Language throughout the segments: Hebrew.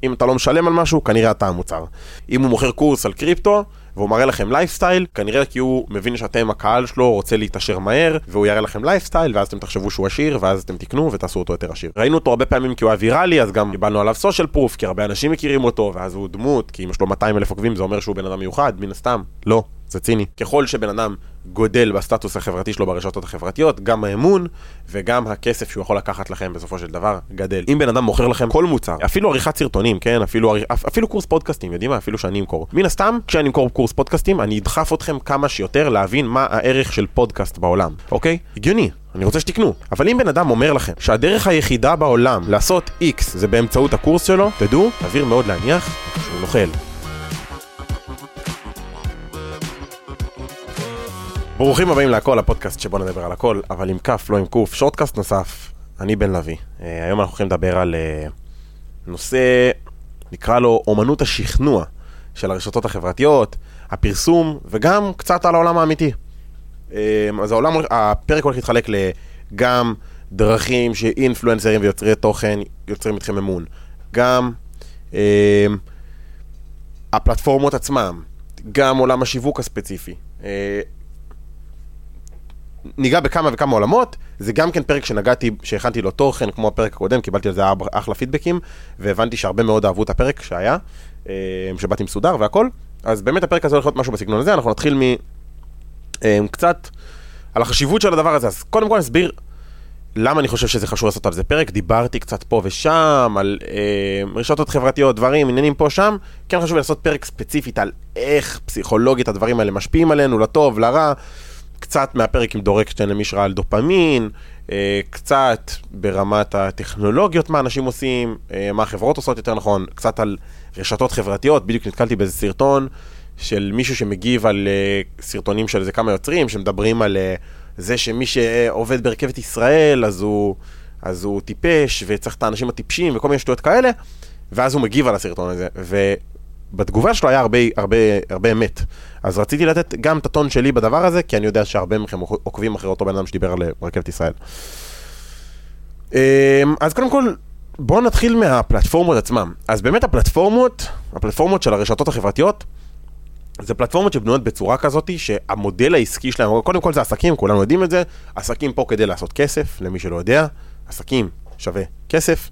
אם אתה לא משלם על משהו, כנראה אתה המוצר. אם הוא מוכר קורס על קריפטו, והוא מראה לכם לייפסטייל, כנראה כי הוא מבין שאתם הקהל שלו רוצה להתעשר מהר, והוא יראה לכם לייפסטייל, ואז אתם תחשבו שהוא עשיר, ואז אתם תקנו ותעשו אותו יותר עשיר. ראינו אותו הרבה פעמים כי הוא היה ויראלי, אז גם קיבלנו עליו סושיאל פרוף, כי הרבה אנשים מכירים אותו, ואז הוא דמות, כי אם יש לו 200,000 עוקבים, זה אומר שהוא בן אדם מיוחד, מן הסתם. לא, זה ציני. ככל שבן אדם גודל בסטטוס החברתי שלו ברשתות החברתיות, גם האמון וגם הכסף שהוא יכול לקחת לכם בסופו של דבר גדל. אם בן אדם מוכר לכם כל מוצר, אפילו עריכת סרטונים, כן? אפילו קורס פודקאסטים, יודעים מה? אפילו שאני אמכור. מן הסתם, כשאני אמכור קורס פודקאסטים, אני אדחף אתכם כמה שיותר להבין מה הערך של פודקאסט בעולם. אוקיי? הגיוני. אני רוצה שתקנו. אבל אם בן אדם אומר לכם שהדרך היחידה בעולם לעשות X זה באמצעות הקורס שלו, תדעו, סביר מאוד להניח שהוא נוכל. ברוכים הבאים להכל, הפודקאסט שבו נדבר על הכל, אבל עם כף, לא עם קוף. שורטקאסט נוסף, אני בן לוי. היום אנחנו הולכים לדבר על נושא, נקרא לו אומנות השכנוע של הרשתות החברתיות, הפרסום, וגם קצת על העולם האמיתי. אז הפרק הולך להתחלק גם דרכים שאינפלואנסרים ויוצרי תוכן יוצרים איתכם אמון. גם הפלטפורמות עצמם, גם עולם השיווק הספציפי. ניגע בכמה וכמה עולמות, זה גם כן פרק שהכנתי לו תוכן, כמו הפרק הקודם, קיבלתי על זה אחלה פידבקים, והבנתי שהרבה מאוד אהבו את הפרק שהיה, שבאתי מסודר והכל, אז באמת הפרק הזה הולך להיות משהו בסגנון הזה, אנחנו נתחיל קצת על החשיבות של הדבר הזה, אז קודם כל נסביר למה אני חושב שזה חשוב לעשות על זה פרק, דיברתי קצת פה ושם, על רשתות חברתיות, דברים, עניינים פה שם, כן חשוב לעשות פרק ספציפית על איך פסיכולוגית הדברים האלה משפיעים עלינו, לטוב, לרע, קצת מהפרק עם דורקשטיין למי שראה על דופמין, קצת ברמת הטכנולוגיות מה אנשים עושים, מה החברות עושות יותר נכון, קצת על רשתות חברתיות, בדיוק נתקלתי באיזה סרטון של מישהו שמגיב על סרטונים של איזה כמה יוצרים, שמדברים על זה שמי שעובד ברכבת ישראל, אז הוא טיפש, וצריך את האנשים הטיפשים וכל מיני שטויות כאלה, ואז הוא מגיב על הסרטון הזה, בתגובה שלו היה הרבה אמת. אז רציתי לתת גם את הטון שלי בדבר הזה, כי אני יודע שהרבה מכם עוקבים אחרי אותו בן אדם שדיבר על רכבת ישראל. אז קודם כל, בואו נתחיל מהפלטפורמות עצמם. אז באמת הפלטפורמות של הרשתות החברתיות, זה פלטפורמות שבנויות בצורה כזאת, שהמודל העסקי שלהם, קודם כל זה עסקים, כולנו יודעים את זה, עסקים פה כדי לעשות כסף, למי שלא יודע, עסקים שווה כסף,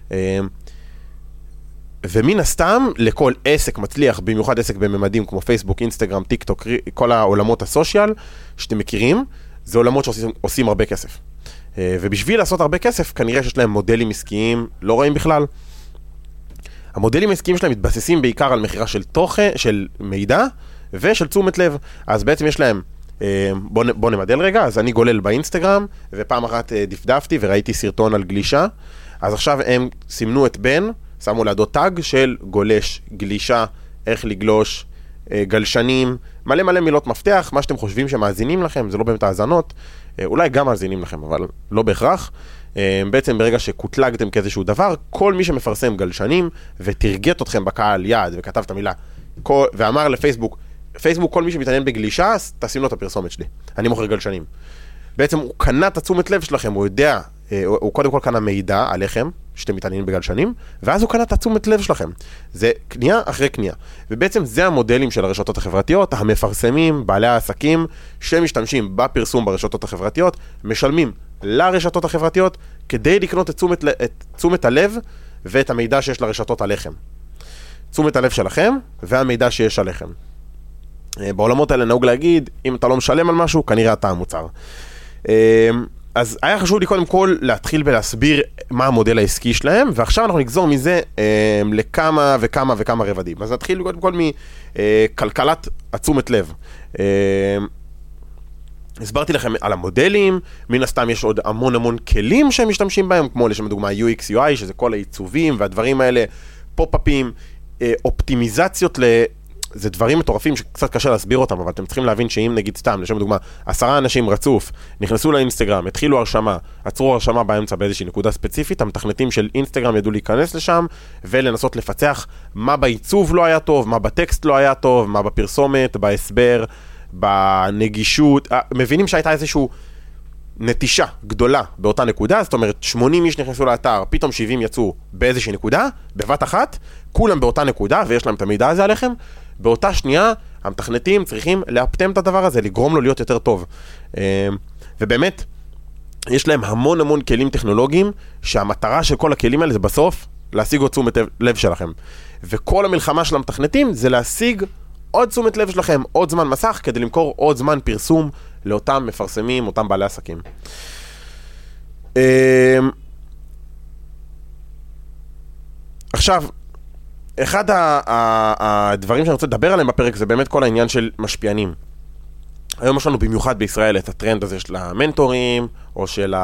ומן הסתם, לכל עסק מצליח, במיוחד עסק בממדים כמו פייסבוק, אינסטגרם, טיק טוק, כל העולמות הסושיאל שאתם מכירים, זה עולמות שעושים הרבה כסף. ובשביל לעשות הרבה כסף, כנראה שיש להם מודלים עסקיים לא רעים בכלל. המודלים העסקיים שלהם מתבססים בעיקר על מחירה של תוכן, של מידע ושל תשומת לב. אז בעצם יש להם, בוא נמדל רגע, אז אני גולל באינסטגרם, ופעם אחת דפדפתי וראיתי סרטון על גלישה, אז עכשיו הם סימנו את בן, שמו לידו טאג של גולש, גלישה, איך לגלוש, גלשנים, מלא מילות מפתח, מה שאתם חושבים שמאזינים לכם, זה לא באמת האזנות, אולי גם מאזינים לכם, אבל לא בהכרח. בעצם ברגע שקוטלגתם כאיזשהו דבר, כל מי שמפרסם גלשנים ותרגט אתכם בקהל יד וכתב את המילה, ואמר לפייסבוק, כל מי שמתעניין בגלישה, תשים לו את הפרסומת שלי, אני מוכר גלשנים. בעצם הוא קנה את התשומת לב שלכם, הוא יודע, הוא קודם כל קנה מידע עליכם, שאתם מתעניינים בגלשנים, ואז הוא קנה את התשומת לב שלכם. זה קנייה אחרי קנייה. ובעצם זה המודלים של הרשתות החברתיות, המפרסמים, בעלי העסקים, שמשתמשים בפרסום ברשתות החברתיות, משלמים לרשתות החברתיות, כדי לקנות את תשומת הלב ואת המידע שיש לרשתות עליכם. תשומת הלב שלכם והמידע שיש עליכם. בעולמות האלה נהוג להגיד, אם אתה לא משלם על משהו, כנראה אתה המוצר. אז היה חשוב לי קודם כל להתחיל ולהסביר מה המודל העסקי שלהם, ועכשיו אנחנו נגזור מזה לכמה וכמה רבדים. אז נתחיל קודם כל מכלכלת התשומת לב. הסברתי לכם על המודלים, מן הסתם יש עוד המון כלים שהם משתמשים בהם, כמו לשם דוגמה UX UI, שזה כל העיצובים והדברים האלה, פופ-אפים, אופטימיזציות זה דברים מטורפים שקצת קשה להסביר אותם, אבל אתם צריכים להבין שאם נגיד סתם, לשם דוגמה, 10 אנשים רצוף, נכנסו לאינסטגרם, התחילו הרשמה, עצרו הרשמה באמצע באיזושהי נקודה ספציפית, המתכנתים של אינסטגרם ידעו להיכנס לשם, ולנסות לפצח מה בעיצוב לא היה טוב, מה בטקסט לא היה טוב, מה בפרסומת, בהסבר, בנגישות, מבינים שהייתה נטישה גדולה באותה נקודה, זאת אומרת 80 איש נכנסו לאתר, פתאום 70 יצאו באיזושהי נקודה, בבת אחת, כולם באותה נקודה ויש להם את המידע הזה עליכם, באותה שנייה המתכנתים צריכים לאפטם את הדבר הזה, לגרום לו להיות יותר טוב. ובאמת, יש להם המון המון כלים טכנולוגיים, שהמטרה של כל הכלים האלה זה בסוף להשיג עוד תשומת לב שלכם. וכל המלחמה של המתכנתים זה להשיג עוד תשומת לב שלכם, עוד זמן מסך, כדי למכור עוד זמן פרסום לאותם מפרסמים, אותם בעלי עסקים. עכשיו, אחד הדברים שאני רוצה לדבר עליהם בפרק זה באמת כל העניין של משפיענים. היום יש לנו במיוחד בישראל את הטרנד הזה של המנטורים, או של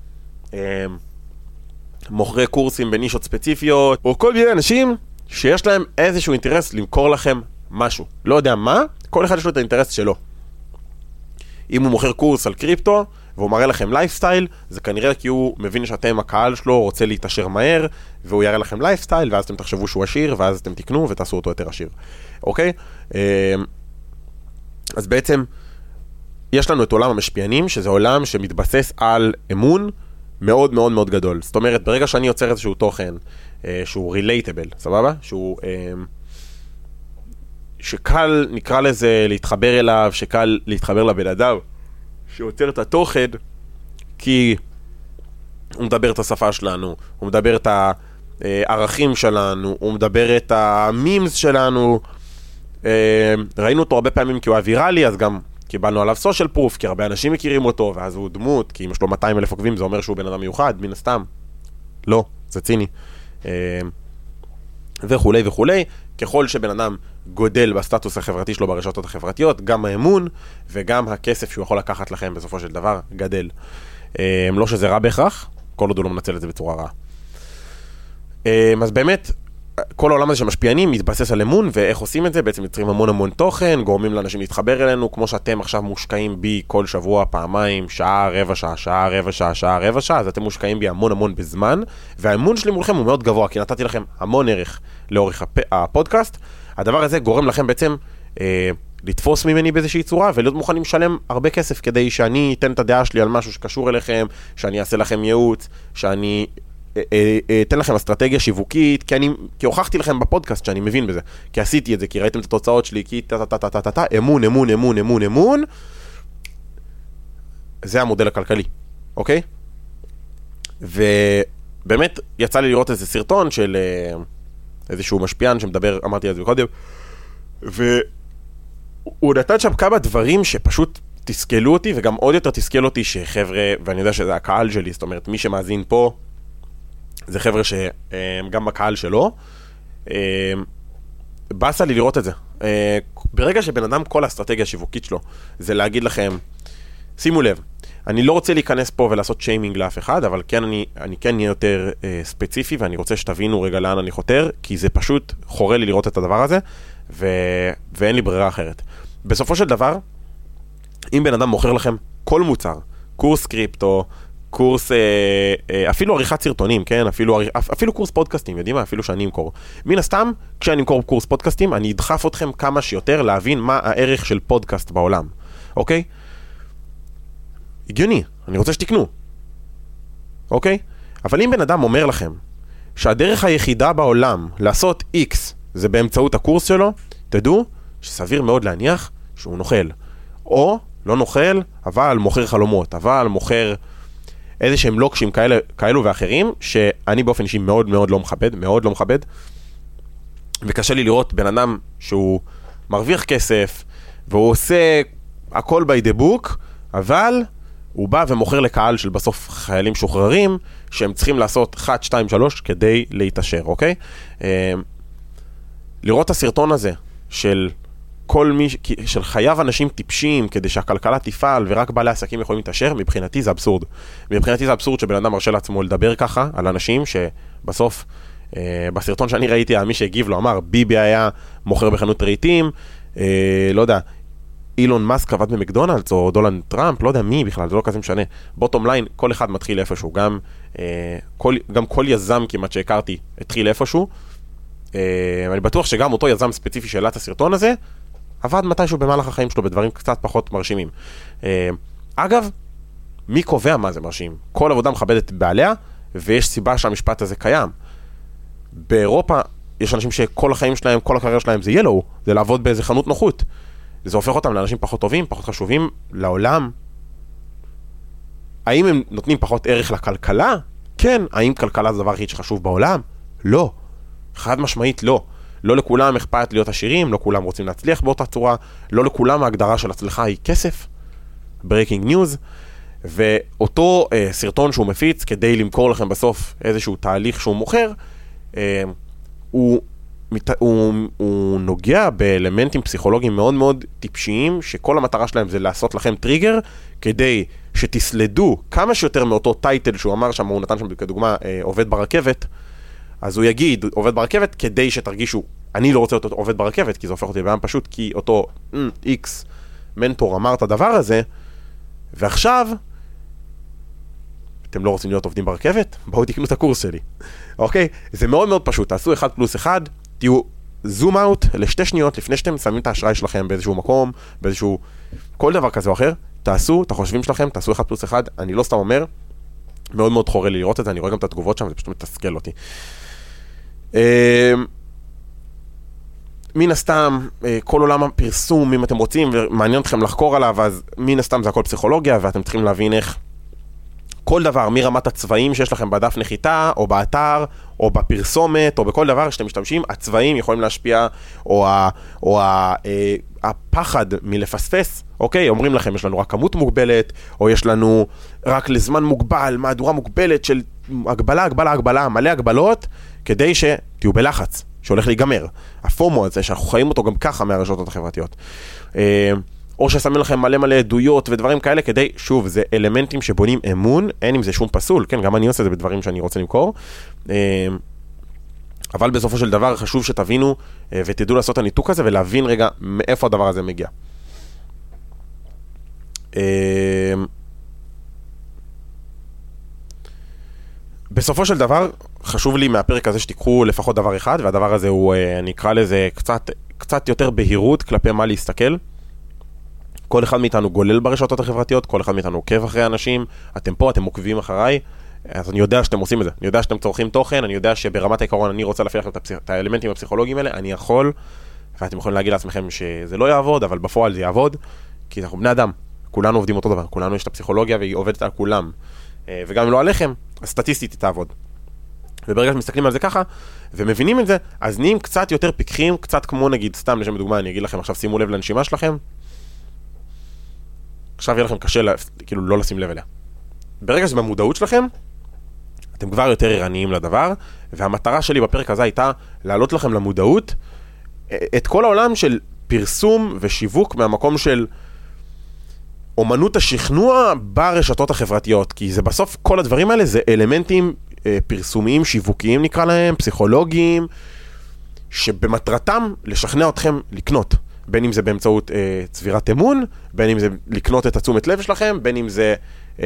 מוכרי קורסים בנישות ספציפיות, או כל מיני אנשים שיש להם איזשהו אינטרס למכור לכם משהו. לא יודע מה, כל אחד יש לו את האינטרס שלו. אם הוא מוכר קורס על קריפטו, והוא מראה לכם לייפסטייל, זה כנראה כי הוא מבין שאתם הקהל שלו, רוצה להתעשר מהר, והוא יראה לכם לייפסטייל, ואז אתם תחשבו שהוא עשיר, ואז אתם תקנו ותעשו אותו יותר עשיר. אוקיי? אז בעצם, יש לנו את עולם המשפיענים, שזה עולם שמתבסס על אמון מאוד מאוד מאוד גדול. זאת אומרת, ברגע שאני יוצר איזשהו תוכן, שהוא relatable, סבבה? שקל, נקרא לזה, להתחבר אליו, שקל להתחבר לבן אדם, שיוצר את התוכן, כי הוא מדבר את השפה שלנו, הוא מדבר את הערכים שלנו, הוא מדבר את המימס שלנו, ראינו אותו הרבה פעמים כי הוא אווירלי, אז גם קיבלנו עליו סושיאל פרוף, כי הרבה אנשים מכירים אותו, ואז הוא דמות, כי אם יש לו 200,000 עוקבים, זה אומר שהוא בן אדם מיוחד, מן הסתם. לא, זה ציני. וכולי וכולי. ככל שבן אדם גודל בסטטוס החברתי שלו ברשתות החברתיות, גם האמון וגם הכסף שהוא יכול לקחת לכם בסופו של דבר גדל. לא שזה רע בהכרח, כל עוד הוא לא מנצל את זה בצורה רעה. אז באמת, כל העולם הזה שמשפיענים מתבסס על אמון, ואיך עושים את זה? בעצם יוצרים המון המון תוכן, גורמים לאנשים להתחבר אלינו, כמו שאתם עכשיו מושקעים בי כל שבוע, פעמיים, שעה, רבע שעה, שעה, רבע שעה, שעה, רבע שעה, אז אתם מושקעים בי המון המון בזמן, והאמון שלי מולכם הוא מאוד גבוה, כי נתתי לכם המון ערך לאורך הפודקאסט. הדבר הזה גורם לכם בעצם לתפוס ממני באיזושהי צורה, ולהיות מוכנים לשלם הרבה כסף, כדי שאני אתן את הדעה שלי על משהו שקשור אליכם, שאני אעשה לכם ייעוץ, שאני אתן לכם אסטרטגיה שיווקית, כי הוכחתי לכם בפודקאסט שאני מבין בזה, כי עשיתי את זה, כי ראיתם את התוצאות שלי, כי אמון, אמון, אמון, אמון, אמון, זה המודל הכלכלי, אוקיי? ובאמת יצא לי לראות איזה סרטון של איזשהו משפיען שמדבר, אמרתי על זה קודם, והוא נתן שם כמה דברים שפשוט תסכלו אותי, וגם עוד יותר תסכל אותי שחבר'ה, ואני יודע שזה הקהל שלי, זאת אומרת, מי שמאזין פה, זה חבר'ה שהם גם בקהל שלו. בסה לי לראות את זה. ברגע שבן אדם כל האסטרטגיה השיווקית שלו, זה להגיד לכם, שימו לב, אני לא רוצה להיכנס פה ולעשות שיימינג לאף אחד, אבל כן אני כן נהיה יותר ספציפי, ואני רוצה שתבינו רגע לאן אני חותר, כי זה פשוט חורה לי לראות את הדבר הזה, ואין לי ברירה אחרת. בסופו של דבר, אם בן אדם מוכר לכם כל מוצר, קורס קריפטו, קורס, אפילו עריכת סרטונים, כן? אפילו קורס פודקאסטים, יודעים מה? אפילו שאני אמכור. מן הסתם, כשאני אמכור קורס פודקאסטים, אני אדחף אתכם כמה שיותר להבין מה הערך של פודקאסט בעולם. אוקיי? הגיוני, אני רוצה שתקנו. אוקיי? אבל אם בן אדם אומר לכם שהדרך היחידה בעולם לעשות X זה באמצעות הקורס שלו, תדעו שסביר מאוד להניח שהוא נוכל. או לא נוכל, אבל מוכר חלומות, אבל מוכר איזה שהם לוקשים כאלו ואחרים, שאני באופן אישי מאוד מאוד לא מכבד, מאוד לא מכבד, וקשה לי לראות בן אדם שהוא מרוויח כסף, והוא עושה הכל by the book, אבל הוא בא ומוכר לקהל של בסוף חיילים שוחררים, שהם צריכים לעשות 1, 2, 3 כדי להתעשר, אוקיי? לראות את הסרטון הזה של של חייב אנשים טיפשים כדי שהכלכלה תפעל ורק בעלי עסקים יכולים להתעשר, מבחינתי זה אבסורד. מבחינתי זה אבסורד שבן אדם מרשה לעצמו לדבר ככה על אנשים שבסוף, בסרטון שאני ראיתי, מי שהגיב לו אמר, ביבי היה מוכר בחנות רהיטים, לא יודע, אילון מאסק עבד במקדונלדס או דונלד טראמפ, לא יודע מי בכלל, זה לא כזה משנה. בוטום ליין, כל אחד מתחיל איפשהו, גם כל יזם כמעט שהכרתי התחיל איפשהו. אני בטוח שגם אותו יזם ספציפי שאלה את הסרטון הזה, עבד מתישהו במהלך החיים שלו בדברים קצת פחות מרשימים. אגב, מי קובע מה זה מרשים? כל עבודה מכבדת בעליה, ויש סיבה שהמשפט הזה קיים. באירופה יש אנשים שכל החיים שלהם, כל הקריירה שלהם זה ילו, זה לעבוד באיזה חנות נוחות. זה הופך אותם לאנשים פחות טובים, פחות חשובים לעולם. האם הם נותנים פחות ערך לכלכלה? כן. האם כלכלה זה דבר הכי שחשוב בעולם? לא. חד משמעית לא. לא לכולם אכפת להיות עשירים, לא כולם רוצים להצליח באותה צורה, לא לכולם ההגדרה של הצלחה היא כסף. Breaking news. ואותו סרטון שהוא מפיץ כדי למכור לכם בסוף איזשהו תהליך שהוא מוכר, הוא נוגע באלמנטים פסיכולוגיים מאוד מאוד טיפשיים, שכל המטרה שלהם זה לעשות לכם טריגר, כדי שתסלדו כמה שיותר מאותו טייטל שהוא אמר שם, הוא נתן שם כדוגמה עובד ברכבת, אז הוא יגיד עובד ברכבת כדי שתרגישו, אני לא רוצה להיות עובד ברכבת, כי זה הופך אותי לבעם פשוט, כי אותו X מנטור אמר את הדבר הזה, ועכשיו אתם לא רוצים להיות עובדים ברכבת? בואו תקנו את הקורס שלי. אוקיי? זה מאוד מאוד פשוט. תעשו 1+1, תהיו זום אאוט לשתי שניות לפני שאתם שמים את האשראי שלכם באיזשהו מקום, באיזשהו, כל דבר כזה או אחר. תעשו את החושבים שלכם, תעשו 1+1. אני לא סתם אומר, מאוד מאוד חורה לי לראות את זה, אני רואה גם את התגובות שם, זה פשוט מתסכל אותי. מן הסתם, כל עולם הפרסום, אם אתם רוצים, ומעניין אתכם לחקור עליו, אז מן הסתם זה הכל פסיכולוגיה, ואתם צריכים להבין איך כל דבר, מרמת הצבעים שיש לכם בדף נחיתה, או באתר, או בפרסומת, או בכל דבר שאתם משתמשים, הצבעים יכולים להשפיע, או הפחד מלפספס, אוקיי? אומרים לכם, יש לנו רק כמות מוגבלת, או יש לנו רק לזמן מוגבל, מהדורה מוגבלת של הגבלה, מלא הגבלות, כדי שתהיו בלחץ, שהולך להיגמר. הפומו הזה, שאנחנו חיים אותו גם ככה מהרשתות החברתיות. או ששמים לכם מלא עדויות ודברים כאלה, כדי, שוב, זה אלמנטים שבונים אמון, אין עם זה שום פסול, כן, גם אני עושה את זה בדברים שאני רוצה למכור, אבל בסופו של דבר חשוב שתבינו ותדעו לעשות הניתוק הזה, ולהבין רגע מאיפה הדבר הזה מגיע. בסופו של דבר, חשוב לי מהפרק הזה שתיקחו לפחות דבר אחד, והדבר הזה הוא, אני אקרא לזה קצת יותר בהירות כלפי מה להסתכל. כל אחד מאיתנו גולל ברשתות החברתיות, כל אחד מאיתנו עוקב אחרי אנשים, אתם פה, אתם עוקבים אחריי, אז אני יודע שאתם עושים את זה, אני יודע שאתם צורכים תוכן, אני יודע שברמת העיקרון אני רוצה להפעיל לכם את האלמנטים הפסיכולוגיים האלה, אני יכול, ואתם יכולים להגיד לעצמכם שזה לא יעבוד, אבל בפועל זה יעבוד, כי אנחנו בני אדם, כולנו עובדים אותו דבר, כולנו יש את הפסיכולוגיה והיא עובדת על כולם, וגם אם לא עליכם, הסטטיסטית היא תעבוד. וברגע שמסתכלים על זה ככה, ומבינים את זה, אז נהיים קצת יותר פיקחים, קצת כמו נגיד, סתם לשם דוגמה, אני אגיד לכם עכשיו, שימו לב לנשימה שלכם, עכשיו יהיה לכם קשה, כאילו, לא לשים לב אליה. ברגע שזה במודעות שלכם, אתם כבר יותר ערניים לדבר, והמטרה שלי בפרק הזה הייתה להעלות לכם למודעות את כל העולם של פרסום ושיווק מהמקום של אומנות השכנוע ברשתות החברתיות, כי זה בסוף כל הדברים האלה זה אלמנטים פרסומיים, שיווקיים נקרא להם, פסיכולוגיים, שבמטרתם לשכנע אתכם לקנות. בין אם זה באמצעות צבירת אמון, בין אם זה לקנות את התשומת לב שלכם, בין אם זה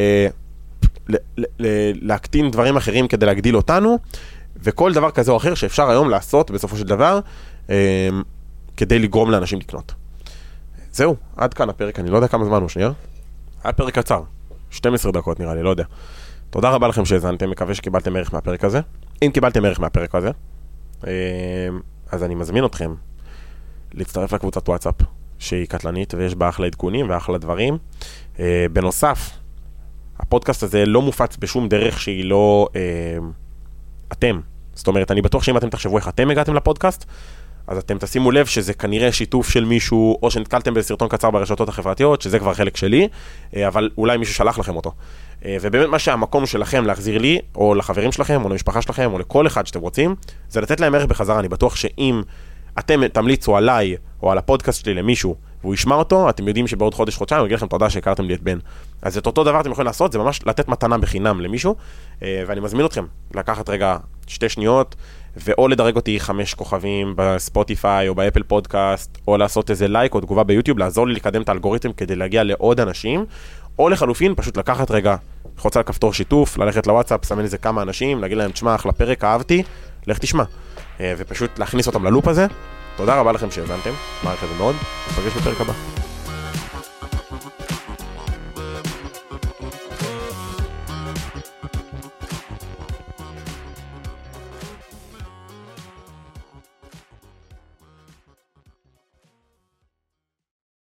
להקטין דברים אחרים כדי להגדיל אותנו, וכל דבר כזה או אחר שאפשר היום לעשות בסופו של דבר, כדי לגרום לאנשים לקנות. זהו, עד כאן הפרק, אני לא יודע כמה זמן הוא, שנייה. היה פרק קצר, 12 דקות נראה לי, לא יודע. תודה רבה לכם שהזנתם, מקווה שקיבלתם ערך מהפרק הזה. אם קיבלתם ערך מהפרק הזה, אז אני מזמין אתכם להצטרף לקבוצת וואטסאפ שהיא קטלנית ויש בה אחלה עדכונים ואחלה דברים. בנוסף, הפודקאסט הזה לא מופץ בשום דרך שהיא לא אתם. זאת אומרת, אני בטוח שאם אתם תחשבו איך אתם הגעתם לפודקאסט, אז אתם תשימו לב שזה כנראה שיתוף של מישהו, או שנתקלתם בסרטון קצר ברשתות החברתיות, שזה כבר חלק שלי, אבל אולי מישהו שלח לכם אותו. ובאמת מה שהמקום שלכם להחזיר לי, או לחברים שלכם, או למשפחה שלכם, או לכל אחד שאתם רוצים, זה לתת להם ערך בחזרה. אני בטוח שאם אתם תמליצו עליי, או על הפודקאסט שלי למישהו, והוא ישמע אותו, אתם יודעים שבעוד חודש-חודשיים, הוא יגיד לכם תודה שהכרתם לי את בן. אז את אותו דבר אתם יכולים לעשות, זה ממש לתת מתנה בחינם למישהו, ואני מזמין אתכם לקחת רגע 2 שניות, ואו לדרג אותי 5 כוכבים בספוטיפיי או באפל פודקאסט, או לעשות איזה לייק או תגובה ביוטיוב, לעזור לי לקדם את האלגוריתם כדי להגיע לעוד אנשים, או לחלופין, פשוט לקחת רגע, לחוץ על כפתור שיתוף, ללכת לוואטסאפ, סמן איזה כמה אנשים, להגיד להם, תשמע, אחלה פרק, אהבתי, לך תשמע. ופשוט להכניס אותם ללופ הזה. תודה רבה לכם שהזנתם, מעריך את זה מאוד, נפגש בפרק הבא.